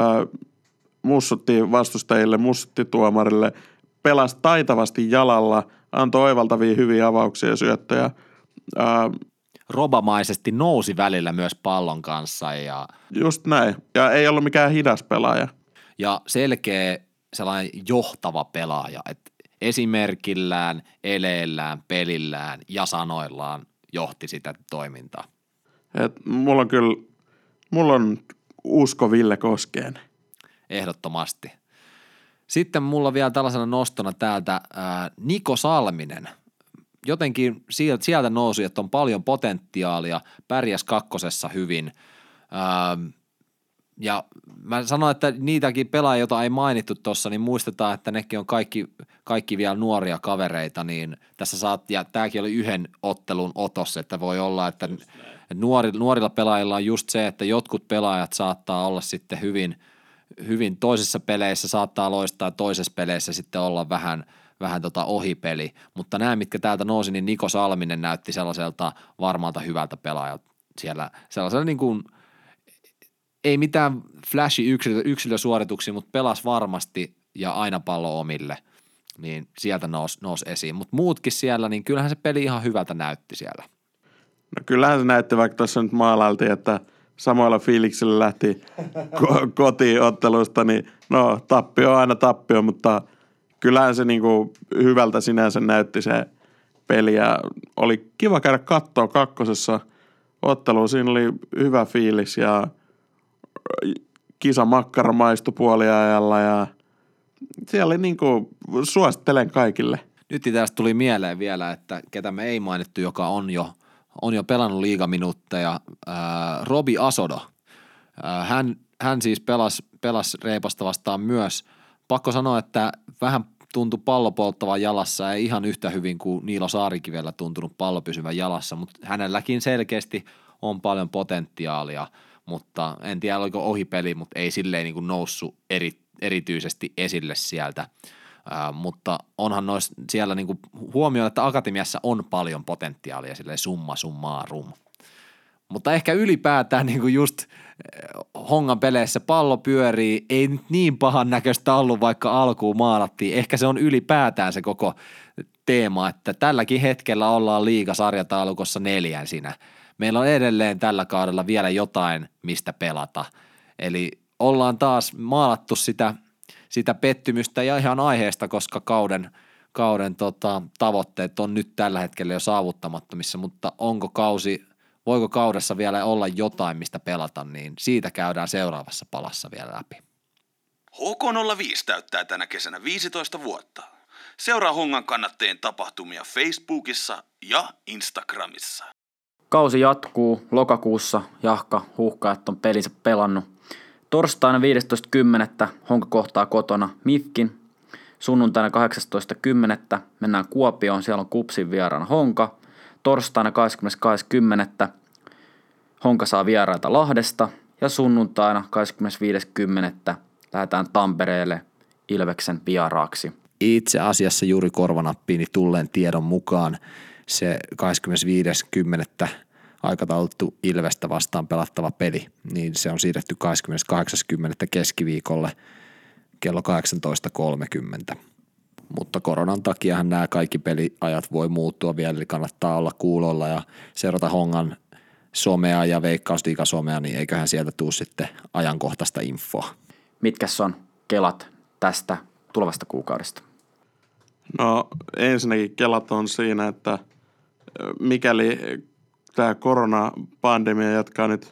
mussutti vastustajille, mussutti tuomarille, pelasi taitavasti jalalla, antoi oivaltavia hyviä avauksia ja syöttöjä. Robamaisesti nousi välillä myös pallon kanssa. Ja just näin. Ja ei ollut mikään hidas pelaaja. Ja selkeä sellainen johtava pelaaja, että esimerkillään, eleellään, pelillään ja sanoillaan johti sitä toimintaa. Et mulla on kyllä, mulla on usko Ville Koskeen. Ehdottomasti. Sitten mulla on vielä tällaisena nostona täältä ää, Niko Salminen. Jotenkin sieltä, sieltä nousi, että on paljon potentiaalia, pärjäs kakkosessa hyvin. Ää, ja mä sanoin, että niitäkin pelaajia, joita ei mainittu tuossa, niin muistetaan, että nekin on kaikki, kaikki vielä nuoria kavereita, niin tässä saat, ja tämäkin oli yhden ottelun otos, että voi olla, että nuori, nuorilla pelaajilla on just se, että jotkut pelaajat saattaa olla sitten hyvin, hyvin toisissa peleissä, saattaa loistaa toisessa peleissä sitten olla vähän, vähän tota ohipeli, mutta nämä, mitkä täältä nousi, niin Niko Salminen näytti sellaiselta varmalta hyvältä pelaajalta siellä, sellaisella niin kuin ei mitään flashi yksilö, yksilösuorituksia, mutta pelasi varmasti ja aina pallo omille, niin sieltä nousi, nousi esiin. Mutta muutkin siellä, niin kyllähän se peli ihan hyvältä näytti siellä. No kyllähän se näytti, vaikka tuossa nyt maalailtiin, että samoilla fiiliksillä lähti ko- kotiin ottelusta, niin no tappio on aina tappio, mutta kyllähän se niinku hyvältä sinänsä näytti se peli ja oli kiva käydä katsoa kakkosessa ottelua. Siinä oli hyvä fiilis ja kisamakkara maistui puoliajalla ja siellä oli niinku, suosittelen kaikille. Nyt tästä tuli mieleen vielä, että ketä me ei mainittu, joka on jo, on jo pelannut liigaminuutteja, ää, Robi Asodo. Ää, hän, hän siis pelasi, pelasi Reipasta vastaan myös. Pakko sanoa, että vähän tuntui pallo polttavan jalassa, ei ihan yhtä hyvin kuin Niilo Saarikivellä tuntunut pallo pysyvän jalassa, mutta hänelläkin selkeästi on paljon potentiaalia. Mutta en tiedä, oliko ohipeli, mutta ei silleen niin kuin noussut eri, erityisesti esille sieltä. Ää, mutta onhan nois siellä niin kuin huomioon, että akatemiassa on paljon potentiaalia silleen summa summarum. Mutta ehkä ylipäätään niin kuin just Hongan peleissä pallo pyörii, ei nyt niin pahan näköistä ollut, vaikka alkuun maalattiin. Ehkä se on ylipäätään se koko teema, että tälläkin hetkellä ollaan liigasarjataulukossa neljänsinä. Meillä on edelleen tällä kaudella vielä jotain, mistä pelata. Eli ollaan taas maalattu sitä, sitä pettymystä ja ihan aiheesta, koska kauden, kauden tota, tavoitteet on nyt tällä hetkellä jo saavuttamattomissa, mutta onko kausi, voiko kaudessa vielä olla jotain, mistä pelata, niin siitä käydään seuraavassa palassa vielä läpi. H K nolla viisi täyttää tänä kesänä viisitoista vuotta. Seuraa Hongan kannattajien tapahtumia Facebookissa ja Instagramissa. Kausi jatkuu lokakuussa, Jahka Huuhkajat on pelinsä pelannut. Torstaina viidestoista kymmenettä Honka kohtaa kotona Mifkin. Sunnuntaina kahdeksastoista kymmenettä mennään Kuopioon, siellä on Kupsin vieraana Honka. torstaina kahdeskymmenestoinen kymmenettä Honka saa vieraita Lahdesta ja sunnuntaina kahdeskymmenesviides kymmenettä lähdetään Tampereelle Ilveksen vieraaksi. Itse asiassa juuri korvanappiini tulleen tiedon mukaan se kahdeskymmenesviides kymmenettä aikatauluttu Ilvestä vastaan pelattava peli, niin se on siirretty kahdeskymmeneskahdeksas kymmenettä keskiviikolle kello kahdeksantoista kolmekymmentä. Mutta koronan takiahan nämä kaikki peliajat voi muuttua vielä, eli kannattaa olla kuulolla ja seurata Hongan somea ja Veikkausliiga-somea, niin eiköhän sieltä tule sitten ajankohtaista infoa. Mitkäs on kelat tästä tulevasta kuukaudesta? No ensinnäkin kelat on siinä, että mikäli tämä koronapandemia jatkaa nyt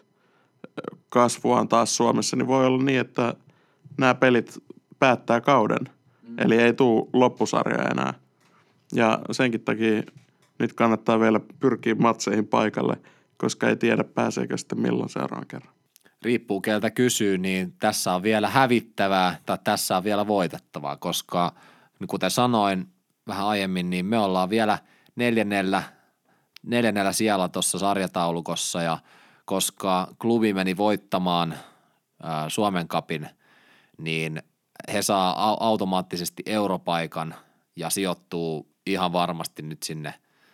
kasvuaan taas Suomessa, niin voi olla niin, että nämä pelit päättää kauden. Mm. Eli ei tule loppusarja enää. Ja senkin takia nyt kannattaa vielä pyrkiä matseihin paikalle, koska ei tiedä pääseekö sitten milloin seuraavan kerran. Riippuu keltä kysyy, niin tässä on vielä hävittävää tai tässä on vielä voitettavaa, koska kuten sanoin vähän aiemmin, niin me ollaan vielä neljännellä, neljännellä sijalla tuossa sarjataulukossa ja koska klubi meni voittamaan ää, Suomen Cupin, niin he saa automaattisesti europaikan ja sijoittuu ihan varmasti nyt sinne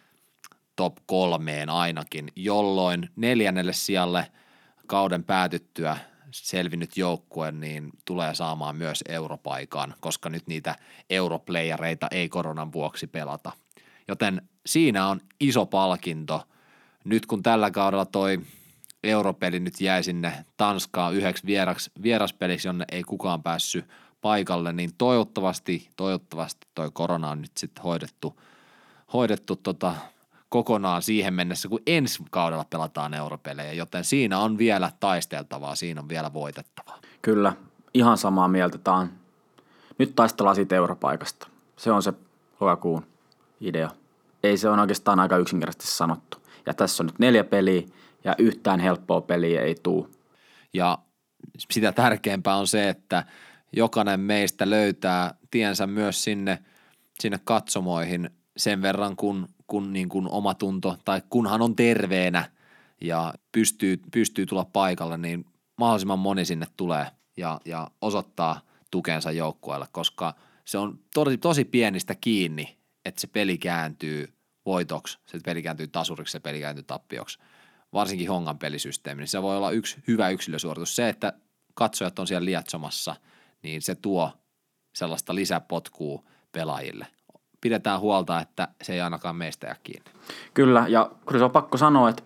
top kolmeen ainakin, jolloin neljännelle sijalle kauden päätyttyä selvinnyt joukkue niin tulee saamaan myös europaikan, koska nyt niitä europlayereita ei koronan vuoksi pelata. Joten siinä on iso palkinto. Nyt kun tällä kaudella toi europeli nyt jäi sinne Tanskaan yhdeksi vieraksi, vieraspeliksi, jonne ei kukaan päässyt paikalle, niin toivottavasti, toivottavasti toi korona on nyt sitten hoidettu, hoidettu tota kokonaan siihen mennessä, kun ensi kaudella pelataan europelejä, joten siinä on vielä taisteltavaa, siinä on vielä voitettavaa. Kyllä, ihan samaa mieltä. Tämä on. Nyt taistellaan siitä europaikasta. Se on se lokakuun idea. Ei se on oikeastaan aika yksinkertaisesti sanottu. Ja tässä on nyt neljä peliä ja yhtään helppoa peliä ei tule. Ja sitä tärkeämpää on se, että jokainen meistä löytää tiensä myös sinne, sinne katsomoihin sen verran, kun kun niin kuin omatunto tai kunhan on terveenä ja pystyy, pystyy tulla paikalle, niin mahdollisimman moni sinne tulee ja, ja osoittaa tukensa joukkueelle, koska se on tosi, tosi pienistä kiinni, että se peli kääntyy voitoksi, se peli kääntyy tasuriksi, se peli kääntyy tappioksi. Varsinkin Hongan pelisysteemi, niin se voi olla yksi hyvä yksilösuoritus. Se, että katsojat on siellä lietsomassa, niin se tuo sellaista lisäpotkua pelaajille. Pidetään huolta, että se ei ainakaan meistä jää kiinni. Kyllä, ja kyllä se on pakko sanoa, että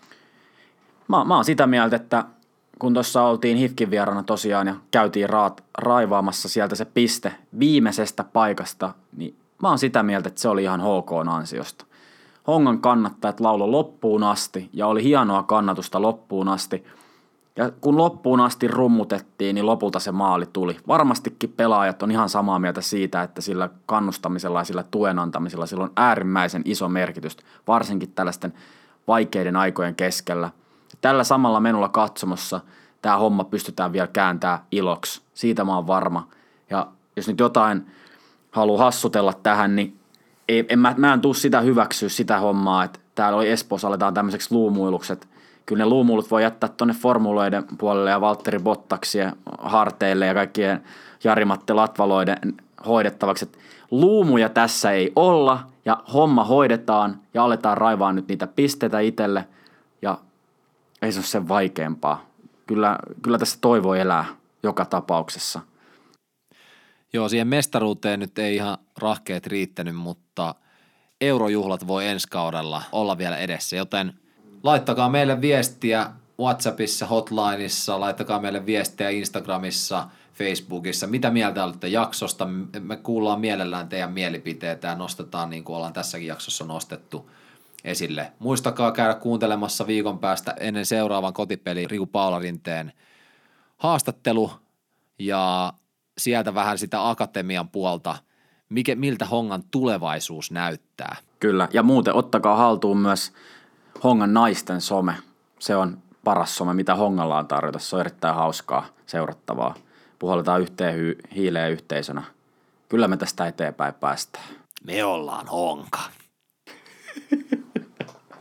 mä, mä oon sitä mieltä, että kun tuossa oltiin Hifkin vierana tosiaan ja käytiin raat, raivaamassa sieltä se piste viimeisestä paikasta, niin mä oon sitä mieltä, että se oli ihan H K:n ansiosta. Hongan kannattajat laulo loppuun asti ja oli hienoa kannatusta loppuun asti. Ja kun loppuun asti rummutettiin, niin lopulta se maali tuli. Varmastikin pelaajat on ihan samaa mieltä siitä, että sillä kannustamisella ja sillä tuen antamisella sillä on äärimmäisen iso merkitys, varsinkin tällaisten vaikeiden aikojen keskellä. Tällä samalla menolla katsomossa tämä homma pystytään vielä kääntämään iloksi. Siitä mä oon varma. Ja jos nyt jotain haluaa hassutella tähän, niin ei, en, mä, mä en tuu sitä hyväksyä sitä hommaa, että täällä oli Espoossa aletaan tämmöiseksi luumuilukset. Kyllä ne luumuilut voi jättää tuonne formuloiden puolelle ja Valtteri Bottaksien harteille ja kaikkien Jari-Matti Latvaloiden hoidettavaksi. Et luumuja tässä ei olla ja homma hoidetaan ja aletaan raivaa nyt niitä pisteitä itselle ja ei se ole sen vaikeampaa. Kyllä, kyllä tässä toivo elää joka tapauksessa. Joo, siihen mestaruuteen nyt ei ihan rahkeet riittänyt, mutta eurojuhlat voi ensi kaudella olla vielä edessä, joten laittakaa meille viestiä WhatsAppissa, hotlineissa, laittakaa meille viestiä Instagramissa, Facebookissa. Mitä mieltä olette jaksosta? Me kuullaan mielellään teidän mielipiteitä ja nostetaan niin kuin ollaan tässäkin jaksossa nostettu esille. Muistakaa käydä kuuntelemassa viikon päästä ennen seuraavan kotipeli Riku Paularinteen haastattelu ja sieltä vähän sitä akatemian puolta, mikä, miltä Hongan tulevaisuus näyttää. Kyllä, ja muuten ottakaa haltuun myös Hongan naisten some. Se on paras some, mitä Hongalla on tarjota. Se on erittäin hauskaa, seurattavaa. Puhalletaan yhteen hy- hiileen yhteisönä. Kyllä me tästä eteenpäin päästään. Me ollaan Honka.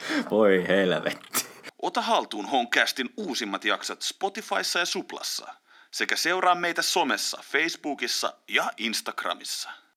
Voi helvetti. Ota haltuun Honcastin uusimmat jaksot Spotifyssa ja Suplassa. Sekä seuraa meitä somessa, Facebookissa ja Instagramissa.